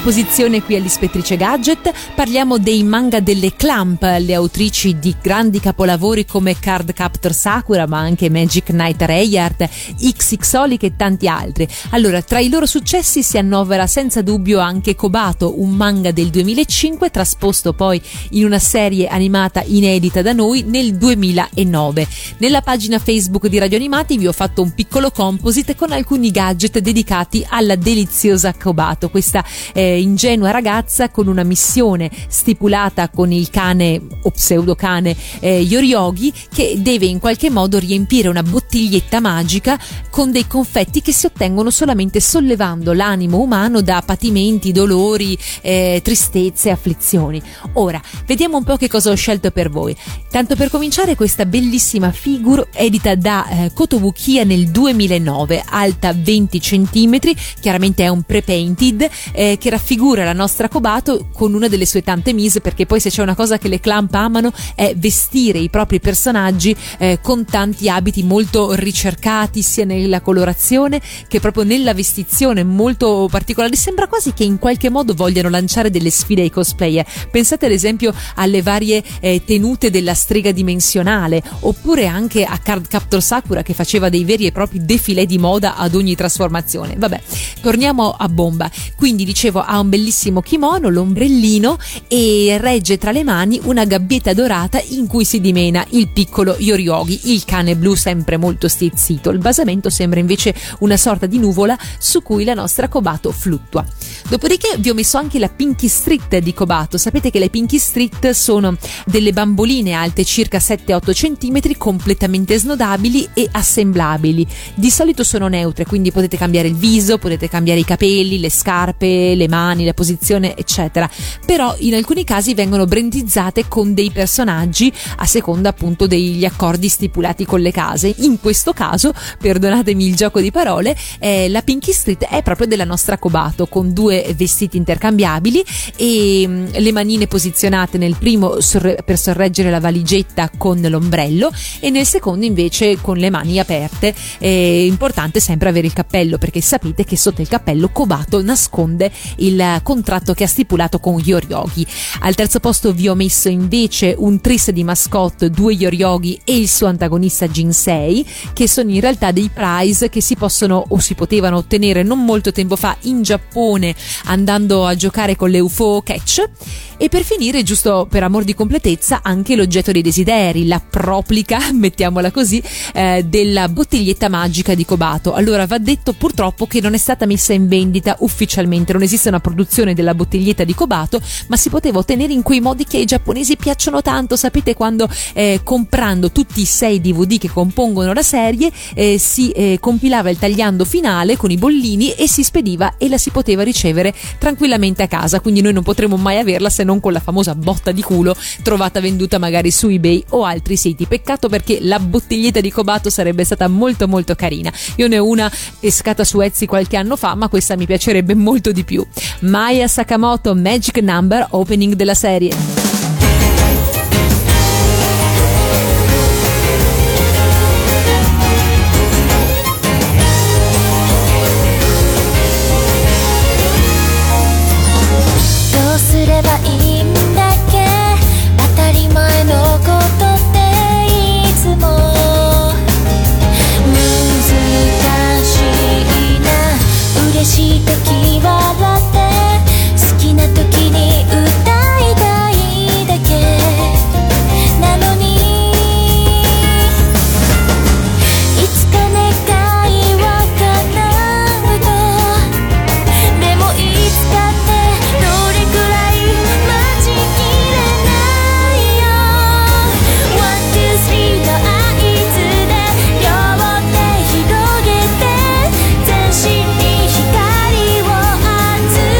posizione qui all'Ispettrice Gadget. Parliamo dei manga delle Clamp, le autrici di grandi capolavori come Cardcaptor Sakura, ma anche Magic Knight Rayard, XXolic e tanti altri. Allora, tra i loro successi si annovera senza dubbio anche Kobato, un manga del 2005 trasposto poi in una serie animata inedita da noi nel 2009. Nella pagina Facebook di Radio Animati vi ho fatto un piccolo composite con alcuni gadget dedicati alla deliziosa Kobato, questa ingenua ragazza con una missione stipulata con il cane o pseudocane Yoriogi, che deve in qualche modo riempire una bottiglietta magica con dei confetti che si ottengono solamente sollevando l'animo umano da patimenti, dolori, tristezze, afflizioni. Ora, vediamo un po' che cosa ho scelto per voi. Tanto per cominciare, questa bellissima figure edita da Kotobukiya nel 2009, alta 20 cm, chiaramente è un pre-painted che raffigura la nostra Kobato con una delle sue tante mise, perché poi se c'è una cosa che le Clamp amano è vestire i propri personaggi con tanti abiti molto ricercati, sia nella colorazione che proprio nella vestizione molto particolari. Sembra quasi che in qualche modo vogliano lanciare delle sfide ai cosplayer. Pensate ad esempio alle varie tenute della strega dimensionale, oppure anche a Cardcaptor Sakura che faceva dei veri e propri defilé di moda ad ogni trasformazione. Vabbè, torniamo a bomba. Quindi dicevo, ha un bellissimo kimono, l'ombrellino, e regge tra le mani una gabbietta dorata in cui si dimena il piccolo Yoriogi, il cane blu sempre molto stizzito. Il basamento sembra invece una sorta di nuvola su cui la nostra Kobato fluttua. Dopodiché vi ho messo anche la Pinky Street di Kobato. Sapete che le Pinky Street sono delle bamboline alte circa 7-8 cm, completamente snodabili e assemblabili. Di solito sono neutre, quindi potete cambiare il viso, potete cambiare i capelli, le scarpe, le mani, la posizione, eccetera. Però in alcuni casi vengono brandizzate con dei personaggi a seconda appunto degli accordi stipulati con le case. In questo caso, perdonatemi il gioco di parole, la Pinky Street è proprio della nostra Kobato, con due vestiti intercambiabili e le manine posizionate nel primo per sorreggere la valigetta con l'ombrello e nel secondo invece con le mani aperte. È importante sempre avere il cappello, perché sapete che sotto il cappello Kobato nasconde il contratto che ha stipulato con Yoriogi. Al terzo posto vi ho messo invece un tris di mascotte, 2 Yoriogi e il suo antagonista Jinsei, che sono in realtà dei prize che si possono o si potevano ottenere non molto tempo fa in Giappone andando a giocare con le UFO Catch. E per finire, giusto per amor di completezza, anche l'oggetto dei desideri, la proplica, mettiamola così, della bottiglietta magica di Kobato. Allora, va detto purtroppo che non è stata messa in vendita ufficialmente, non esiste una produzione della bottiglietta di Kobato, ma si poteva ottenere in quei modi che ai giapponesi piacciono tanto. Sapete, quando comprando tutti i 6 DVD che compongono la serie si compilava il tagliando finale con i bollini e si spediva e la si poteva ricevere tranquillamente a casa, quindi noi non potremo mai averla se non con la famosa botta di culo trovata venduta magari su eBay o altri siti. Peccato, perché la bottiglietta di Kobato sarebbe stata molto molto carina. Io ne ho una pescata su Etsy qualche anno fa, ma questa mi piacerebbe molto di più. Maya Sakamoto, Magic Number, opening della serie. 「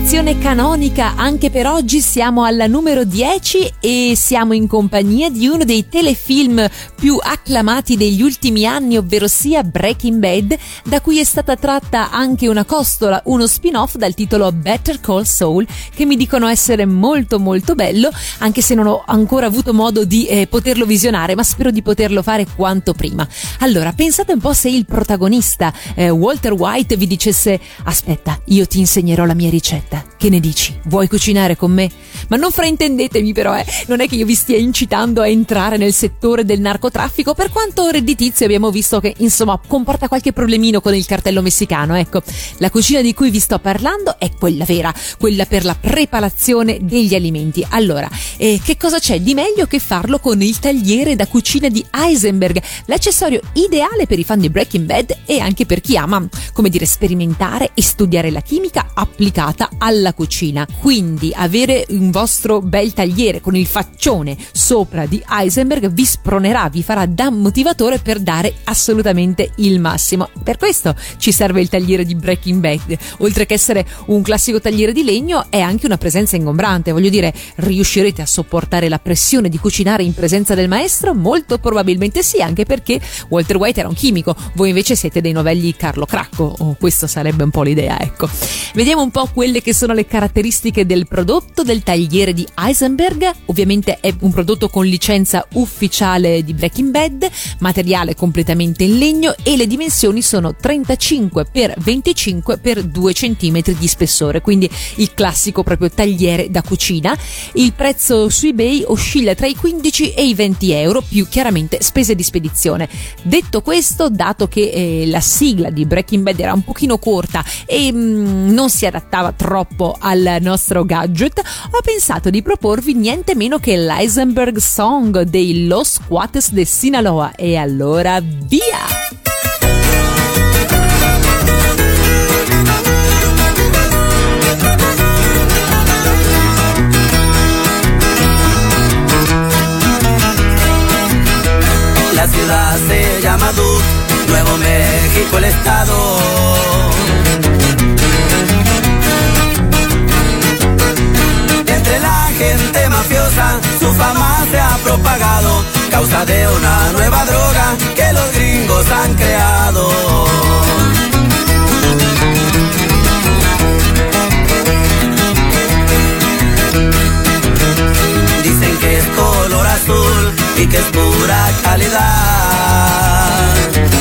posizione canonica anche per oggi, siamo alla numero 10 e siamo in compagnia di uno dei telefilm più acclamati degli ultimi anni, ovvero sia Breaking Bad, da cui è stata tratta anche una costola, uno spin-off dal titolo Better Call Saul, che mi dicono essere molto molto bello, anche se non ho ancora avuto modo di poterlo visionare, ma spero di poterlo fare quanto prima. Allora, pensate un po' se il protagonista Walter White vi dicesse: aspetta, io ti insegnerò la mia ricetta, che ne dici? Vuoi cucinare con me? Ma non fraintendetemi però, non è che io vi stia incitando a entrare nel settore del narcotraffico, per quanto redditizio abbiamo visto che insomma comporta qualche problemino con il cartello messicano. Ecco, la cucina di cui vi sto parlando è quella vera, quella per la preparazione degli alimenti. Allora, che cosa c'è di meglio che farlo con il tagliere da cucina di Heisenberg, l'accessorio ideale per i fan di Breaking Bad e anche per chi ama, come dire, sperimentare e studiare la chimica applicata alla cucina. Quindi avere un vostro bel tagliere con il faccione sopra di Heisenberg vi spronerà, vi farà da motivatore per dare assolutamente il massimo. Per questo ci serve il tagliere di Breaking Bad. Oltre che essere un classico tagliere di legno, è anche una presenza ingombrante. Voglio dire, riuscirete a sopportare la pressione di cucinare in presenza del maestro? Molto probabilmente sì, anche perché Walter White era un chimico, voi invece siete dei novelli Carlo Cracco, o questo sarebbe un po' l'idea, ecco. Vediamo un po' quelle che sono le caratteristiche del prodotto del tagliere di Heisenberg. Ovviamente è un prodotto con licenza ufficiale di Breaking Bad, materiale completamente in legno e le dimensioni sono 35 x 25 x 2 cm di spessore, quindi il classico proprio tagliere da cucina. Il prezzo su eBay oscilla tra i 15 e i 20 euro, più chiaramente spese di spedizione. Detto questo, dato che la sigla di Breaking Bad era un pochino corta e non si adattava troppo al nostro gadget, ho pensato di proporvi niente meno che l'Eisenberg Song dei Los Cuates de Sinaloa. E allora via! La ciudad se llama Duke, Nuevo México el estado. Entre la gente mafiosa su fama se ha propagado, causa de una nueva droga que los gringos han creado. Dicen que es color azul y que es pura calidad.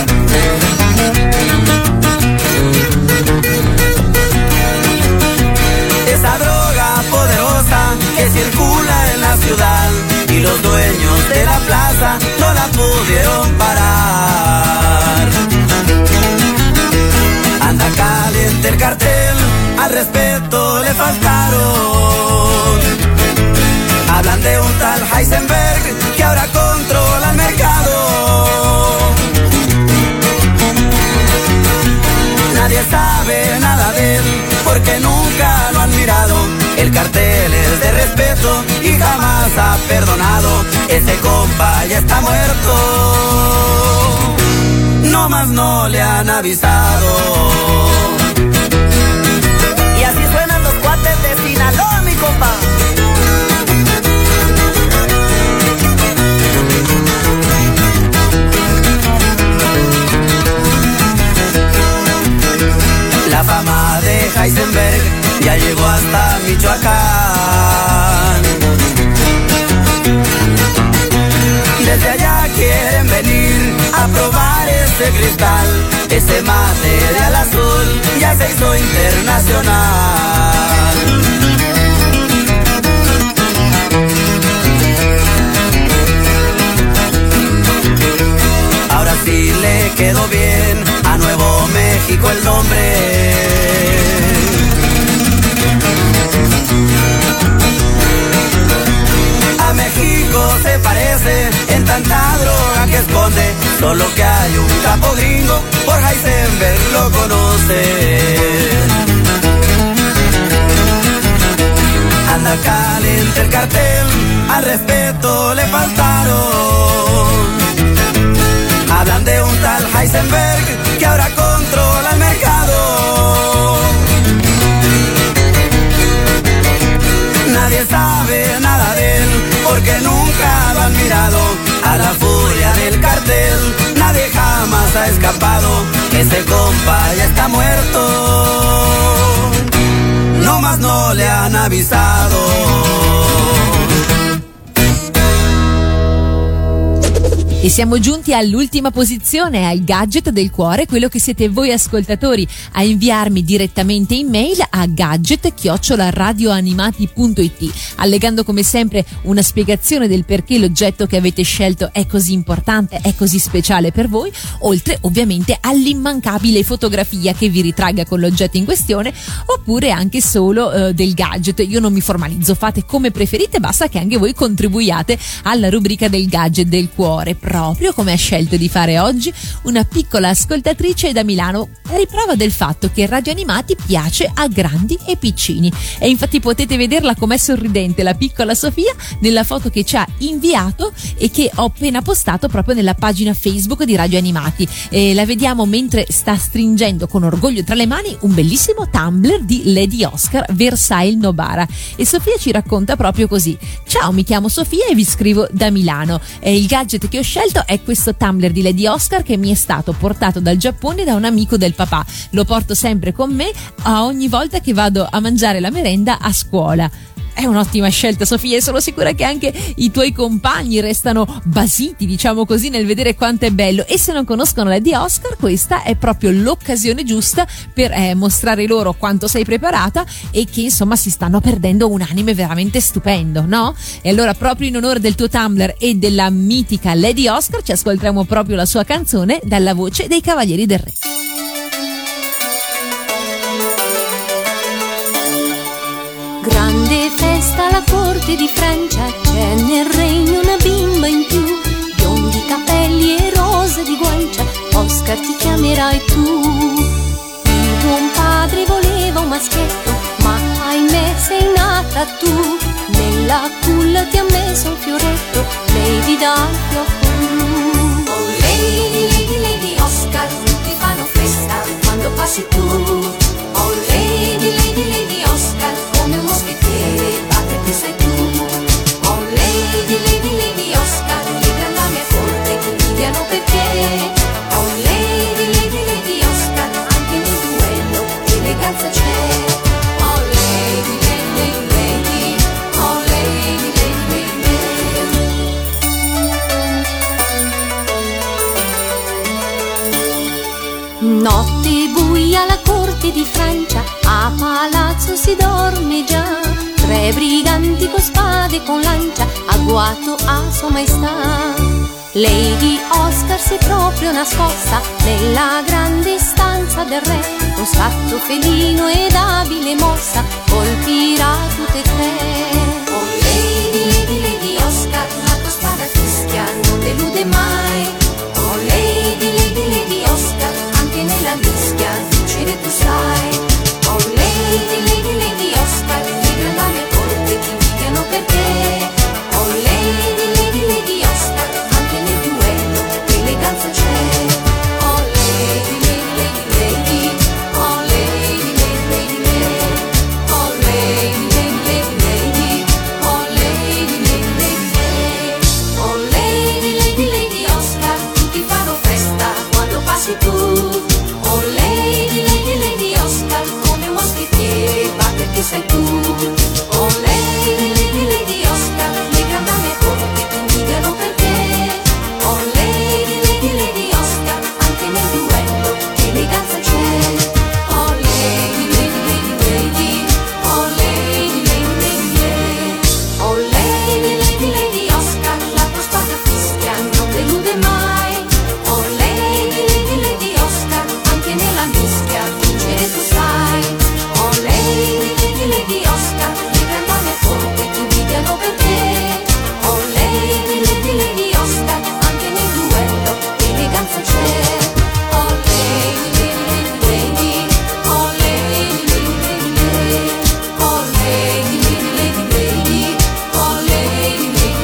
Esa droga poderosa que circula en la ciudad y los dueños de la plaza no la pudieron parar. Anda caliente el cartel, al respeto le faltaron. Hablan de un tal Heisenberg que ahora controla el mercado. Nadie sabe nada de él porque nunca lo han mirado. El cartel es de respeto y jamás ha perdonado. Ese compa ya está muerto, no más no le han avisado. Y así suenan los cuates de Sinaloa, mi compa. La fama de Heisenberg ya llegó hasta Michoacán. Desde allá quieren venir a probar ese cristal. Ese material azul ya se hizo internacional. Ahora sí le quedó bien a Nuevo México el nombre. A México se parece en tanta droga que esconde, solo que hay un capo gringo, por Heisenberg lo conoce. Anda caliente el cartel, al respeto le faltaron. Hablan de un tal Heisenberg que ahora controla el mercado. a la furia del cartel. Nadie jamás ha escapado, este compa ya está muerto. No más no le han avisado. E siamo giunti all'ultima posizione, al gadget del cuore, quello che siete voi ascoltatori a inviarmi direttamente in mail a gadget@radioanimati.it, allegando come sempre una spiegazione del perché l'oggetto che avete scelto è così importante, è così speciale per voi, oltre ovviamente all'immancabile fotografia che vi ritragga con l'oggetto in questione, oppure anche solo del gadget. Io non mi formalizzo, fate come preferite, basta che anche voi contribuiate alla rubrica del gadget del cuore, proprio come ha scelto di fare oggi una piccola ascoltatrice da Milano, a riprova del fatto che Radio Animati piace a grandi e piccini. E infatti potete vederla com'è sorridente la piccola Sofia nella foto che ci ha inviato e che ho appena postato proprio nella pagina Facebook di Radio Animati. La vediamo mentre sta stringendo con orgoglio tra le mani un bellissimo tumbler di Lady Oscar Versailles Nobara. E Sofia ci racconta proprio così: ciao, mi chiamo Sofia e vi scrivo da Milano. Il gadget che ho scelto è questo tumbler di Lady Oscar che mi è stato portato dal Giappone da un amico del papà. Lo porto sempre con me a ogni volta che vado a mangiare la merenda a scuola. È un'ottima scelta, Sofia, e sono sicura che anche i tuoi compagni restano basiti, diciamo così, nel vedere quanto è bello. E se non conoscono Lady Oscar, questa è proprio l'occasione giusta per mostrare loro quanto sei preparata e che insomma si stanno perdendo un anime veramente stupendo, no? E allora, proprio in onore del tuo tumbler e della mitica Lady Oscar, ci ascoltiamo proprio la sua canzone dalla voce dei Cavalieri del Re. Grande festa alla corte di Francia, c'è nel regno una bimba in più, biondi capelli e rose di guancia, Oscar ti chiamerai tu. Il buon padre voleva un maschietto, ma ahimè sei nata tu, nella culla ti ha messo un fioretto, Lady dal fiocco blu. Oh Lady, Lady, Lady Oscar, tutti fanno festa quando passi tu. Oh Lady, Lady, Lady Oscar, come un moschettiere, batterti sei tu. Oh Lady, Lady, Lady Oscar, che gran dame forte ti invidiano perché. Oh Lady, Lady, Lady Oscar, anche nel duello eleganza c'è. Oh Lady, Lady, Lady, Lady, oh Lady, Lady, Lady, Lady. Notte buia alla corte di Francia, a palazzo si dorme già, 3 briganti con spade e con lancia, agguato a sua maestà. Lady Oscar si è proprio nascosta nella grande stanza del re, con scatto felino ed abile mossa colpirà tutte e 3. Oh Lady, Lady, Lady Oscar, la tua spada fischia non delude mai. Oh Lady, Lady, Lady Oscar, anche nella mischia vincere tu sai. Oh Lady, Lady, Lady Oscar, le gran dame corte ti invidiano perché. Oh Lady, Lady, Lady Oscar, anche nel duello eleganza c'è. Oh Lady, Lady, Lady, Lady, oh Lady, Lady, Lady, Lady, oh Lady, Lady, Lady, Lady, oh Lady, Lady, Lady, Lady. Oh Lady, Lady, Lady Oscar, tutti fanno festa quando passi tu. Oh Lady, Lady, Lady Oscar, come un moschettiere, batterti sei tu. Oh Lady, Lady, Lady Oscar, le gran dame corte ti invidiano perché. Oh Lady, Lady, Lady Oscar, anche nel duello eleganza c'è. Oh Lady, Lady, Lady, Lady, oh Lady, Lady, Lady, Lady, oh Lady, Lady, Lady Oscar, la tua spada fischia non delude mai. Oh Lady, Lady, Lady Oscar, anche nella mischia vincere tu sai. Oh Lady, Lady, Lady Oscar, le gran dame forte ti invidiano perché. Oh Lady, Lady, Lady Oscar, anche nel duello eleganza c'è. Oh Lady, Lady, Lady, Lady, oh Lady, Lady, Lady, Lady, oh Lady, Lady, Lady, Lady, oh Lady, Lady,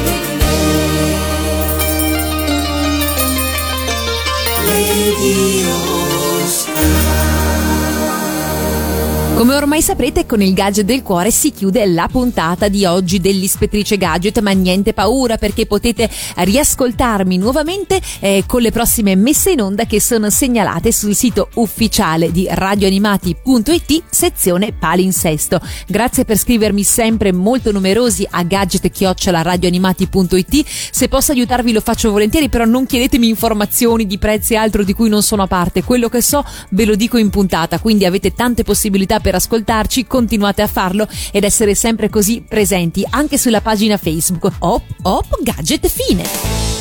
Lady, Lady. Lady Oscar. Come ormai saprete, con il gadget del cuore si chiude la puntata di oggi dell'Ispettrice Gadget, ma niente paura, perché potete riascoltarmi nuovamente con le prossime messe in onda che sono segnalate sul sito ufficiale di radioanimati.it, sezione palinsesto. Grazie per scrivermi sempre molto numerosi a gadget@radioanimati.it. Se posso aiutarvi lo faccio volentieri, però non chiedetemi informazioni di prezzi e altro di cui non sono a parte. Quello che so ve lo dico in puntata, quindi avete tante possibilità per ascoltarci, continuate a farlo ed essere sempre così presenti anche sulla pagina Facebook. Gadget fine.